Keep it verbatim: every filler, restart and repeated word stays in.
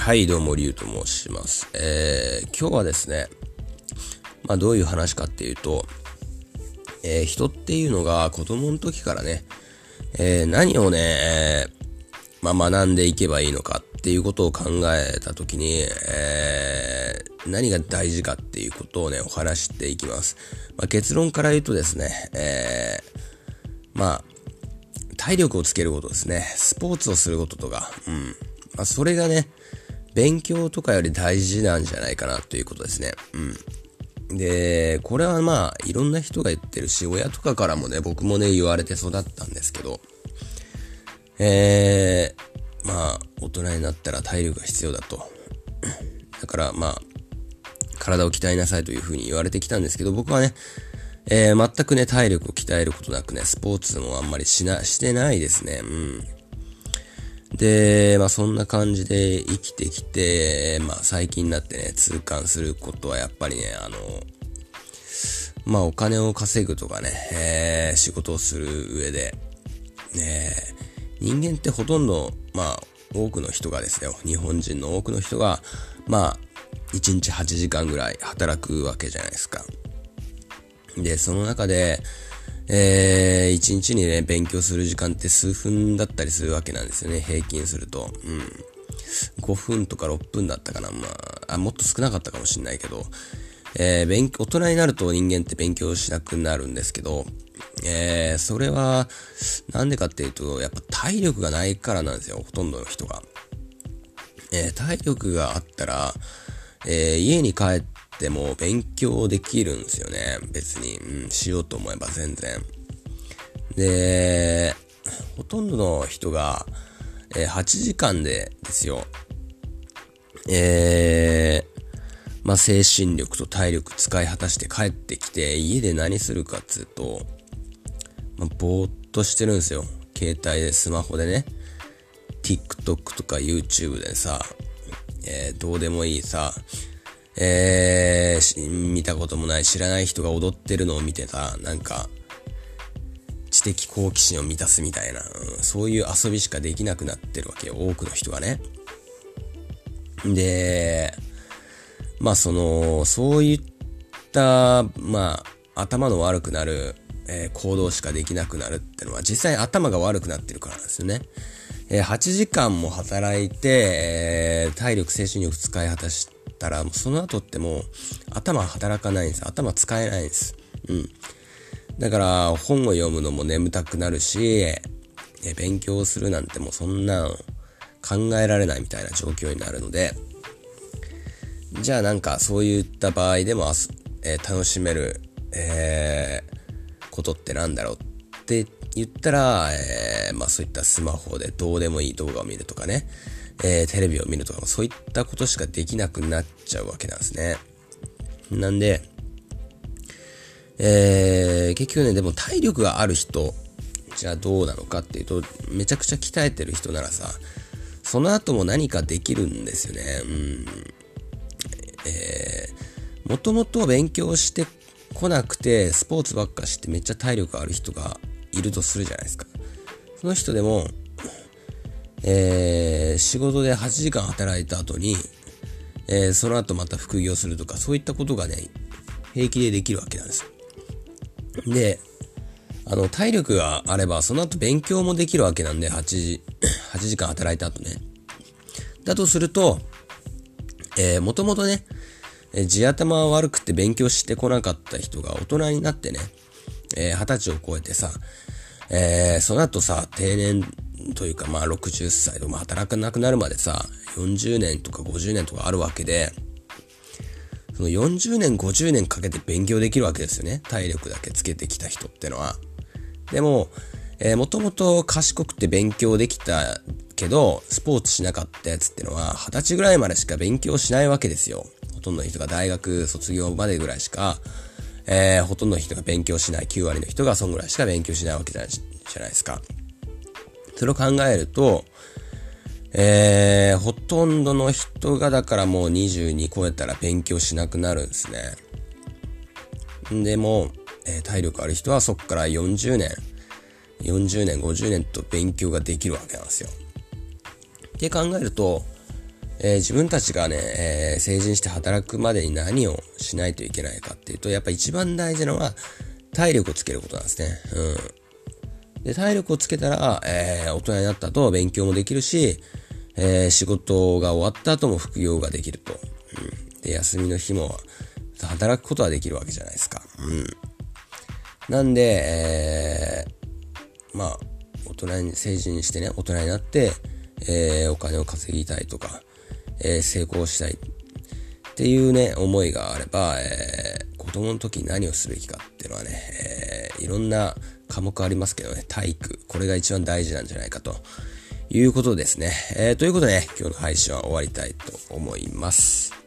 はいどうもりゅうと申します。えー、今日はですね、まあどういう話かっていうと、えー、人っていうのが子供の時からね、えー、何をね、えーまあ、学んでいけばいいのかっていうことを考えた時に、えー、何が大事かっていうことをね、お話していきます。まあ、結論から言うとですね、えー、まあ、体力をつけることですね。スポーツをすることとか、うん。まあ、それがね、勉強とかより大事なんじゃないかなということですね。うん。で、これはまあ、いろんな人が言ってるし、親とかからもね、僕もね、言われて育ったんですけど、えー、まあ、大人になったら体力が必要だと。だからまあ、体を鍛えなさいというふうに言われてきたんですけど、僕はね、えー、全くね、体力を鍛えることなくね、スポーツもあんまりしな、してないですね。うん。で、まあそんな感じで生きてきて、まあ最近になってね、痛感することはやっぱりね、あの、まあお金を稼ぐとかね、えー、仕事をする上で、ね、人間ってほとんど、まあ多くの人がですね、日本人の多くの人が、まあいちにちはちじかんぐらい働くわけじゃないですか。で、その中で、えー、一日にね、勉強する時間って数分だったりするわけなんですよね、平均すると。うん。ごふんとかろっぷんだったかな。まあ、あもっと少なかったかもしれないけど、えー、勉大人になると人間って勉強しなくなるんですけど、えー、それは、なんでかっていうと、やっぱ体力がないからなんですよ、ほとんどの人が。えー、体力があったら、えー、家に帰って、でも勉強できるんですよね。別に、うん、しようと思えば全然。で、ほとんどの人が、えー、はちじかんでですよ。えー、まあ、精神力と体力使い果たして帰ってきて、家で何するかっつうと、まあ、ぼーっとしてるんですよ。携帯で、スマホでね。TikTok とか YouTube でさ、えー、どうでもいいさ、えー、見たこともない知らない人が踊ってるのを見てた、なんか、知的好奇心を満たすみたいな、うん、そういう遊びしかできなくなってるわけよ、多くの人がね。で、まあその、そういった、まあ、頭の悪くなる、えー、行動しかできなくなるってのは、実際頭が悪くなってるからなんですよね。えー、はちじかんも働いて、えー、体力、精神力使い果たして、たら、その後ってもう頭働かないんです。頭使えないんです。うん。だから本を読むのも眠たくなるし、え勉強するなんてもうそんな考えられないみたいな状況になるので、じゃあなんかそういった場合でも、えー、楽しめる、えー、ことってなんだろうって言ったら、えー、まあそういったスマホでどうでもいい動画を見るとかね。えー、テレビを見るとかもそういったことしかできなくなっちゃうわけなんですね。なんで、えー、結局ね、でも体力がある人、じゃあどうなのかっていうと、めちゃくちゃ鍛えてる人ならさ、その後も何かできるんですよね。うん。えー、もともと勉強してこなくて、スポーツばっかしてめっちゃ体力ある人がいるとするじゃないですか。その人でも、えー、仕事ではちじかん働いた後に、えー、その後また副業するとか、そういったことがね、平気でできるわけなんですよ。で、あの、体力があれば、その後勉強もできるわけなんで、はちじ、はちじかん働いた後ね。だとすると、えー、もともとね、えー、地頭悪くて勉強してこなかった人が大人になってね、えー、はたちを超えてさ、えー、その後さ、定年、というかまあろくじゅっさいでも働かなくなるまでさ、よんじゅうねんとかごじゅうねんとかあるわけで、そのよんじゅうねんごじゅうねんかけて勉強できるわけですよね。体力だけつけてきた人ってのは。でも、えー、もともと賢くて勉強できたけど、スポーツしなかったやつってのは、はたちぐらいまでしか勉強しないわけですよ。ほとんどの人が大学卒業までぐらいしか、えー、ほとんどの人が勉強しない、きゅうわりの人がそんぐらいしか勉強しないわけじゃない、じゃないですか。それを考えると、えー、ほとんどの人がだからもうにじゅうに超えたら勉強しなくなるんですね。でも、えー、体力ある人はそこからよんじゅうねん、よんじゅうねん、ごじゅうねんと勉強ができるわけなんですよ。って考えると、 えー、自分たちがね、えー、成人して働くまでに何をしないといけないかっていうと、やっぱ一番大事なのは体力をつけることなんですね。うん。で、体力をつけたら、えー、大人になった後勉強もできるし、えー、仕事が終わった後も副業ができると。うん。で、休みの日も働くことはできるわけじゃないですか。うん。なんで、えー、まあ、大人に、成人してね、大人になって、えー、お金を稼ぎたいとか、えー、成功したいっていうね、思いがあれば、えー、子供の時に何をすべきかっていうのはね、えー、いろんな科目ありますけどね、体育、これが一番大事なんじゃないかということですね。えー、ということでね、今日の配信は終わりたいと思います。